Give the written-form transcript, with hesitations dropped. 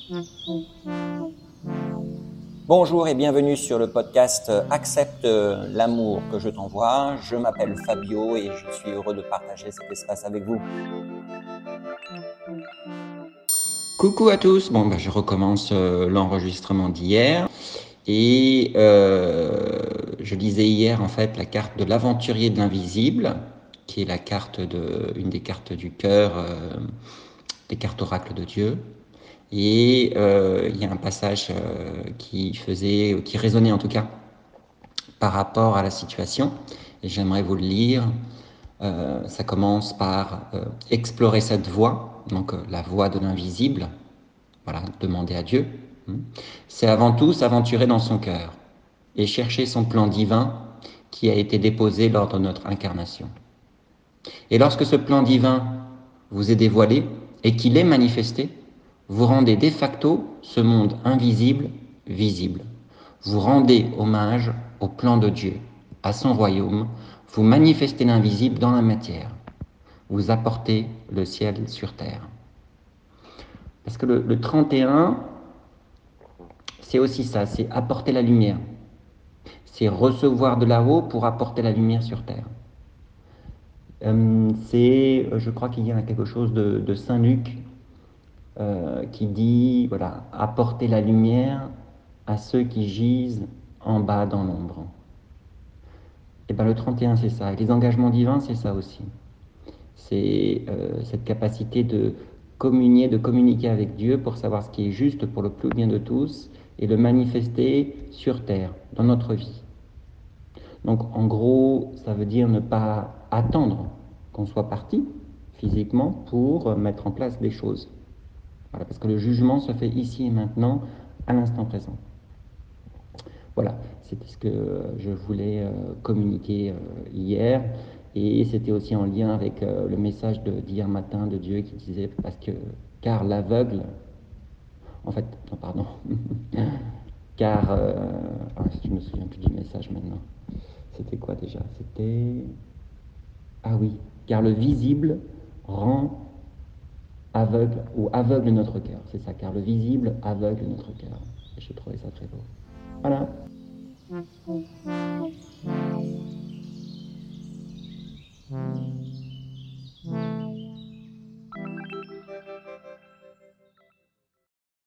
Bonjour et bienvenue sur le podcast Accepte l'amour que je t'envoie. Je m'appelle Fabio et je suis heureux de partager cet espace avec vous. Coucou à tous, je recommence l'enregistrement d'hier et je lisais hier en fait la carte de l'aventurier de l'invisible qui est une des cartes du cœur, des cartes oracles de Dieu. Et il y a un passage qui résonnait en tout cas par rapport à la situation, et j'aimerais vous le lire. Ça commence par explorer cette voie, donc la voie de l'invisible, voilà, demander à Dieu. C'est avant tout s'aventurer dans son cœur et chercher son plan divin qui a été déposé lors de notre incarnation. Et lorsque ce plan divin vous est dévoilé et qu'il est manifesté, vous rendez de facto ce monde invisible visible. Vous rendez hommage au plan de Dieu, à son royaume. Vous manifestez l'invisible dans la matière. Vous apportez le ciel sur terre. Parce que le 31, c'est aussi ça, c'est apporter la lumière. C'est recevoir de là-haut pour apporter la lumière sur terre. Je crois qu'il y a quelque chose de Saint Luc qui dit, voilà, apporter la lumière à ceux qui gisent en bas dans l'ombre. Et bien le 31, c'est ça. Et les engagements divins, c'est ça aussi. C'est cette capacité de communiquer avec Dieu pour savoir ce qui est juste pour le plus bien de tous et le manifester sur terre, dans notre vie. Donc en gros, ça veut dire ne pas attendre qu'on soit parti physiquement pour mettre en place des choses. Voilà, parce que le jugement se fait ici et maintenant, à l'instant présent. Voilà, c'était ce que je voulais communiquer hier. Et c'était aussi en lien avec le message d'hier matin de Dieu qui disait, car l'aveugle, en fait, non, pardon, car, je me souviens plus du message maintenant. C'était quoi déjà? Ah oui, car le visible rend aveugle ou aveugle notre cœur. C'est ça, car le visible aveugle notre cœur. Et j'ai trouvé ça très beau. Voilà.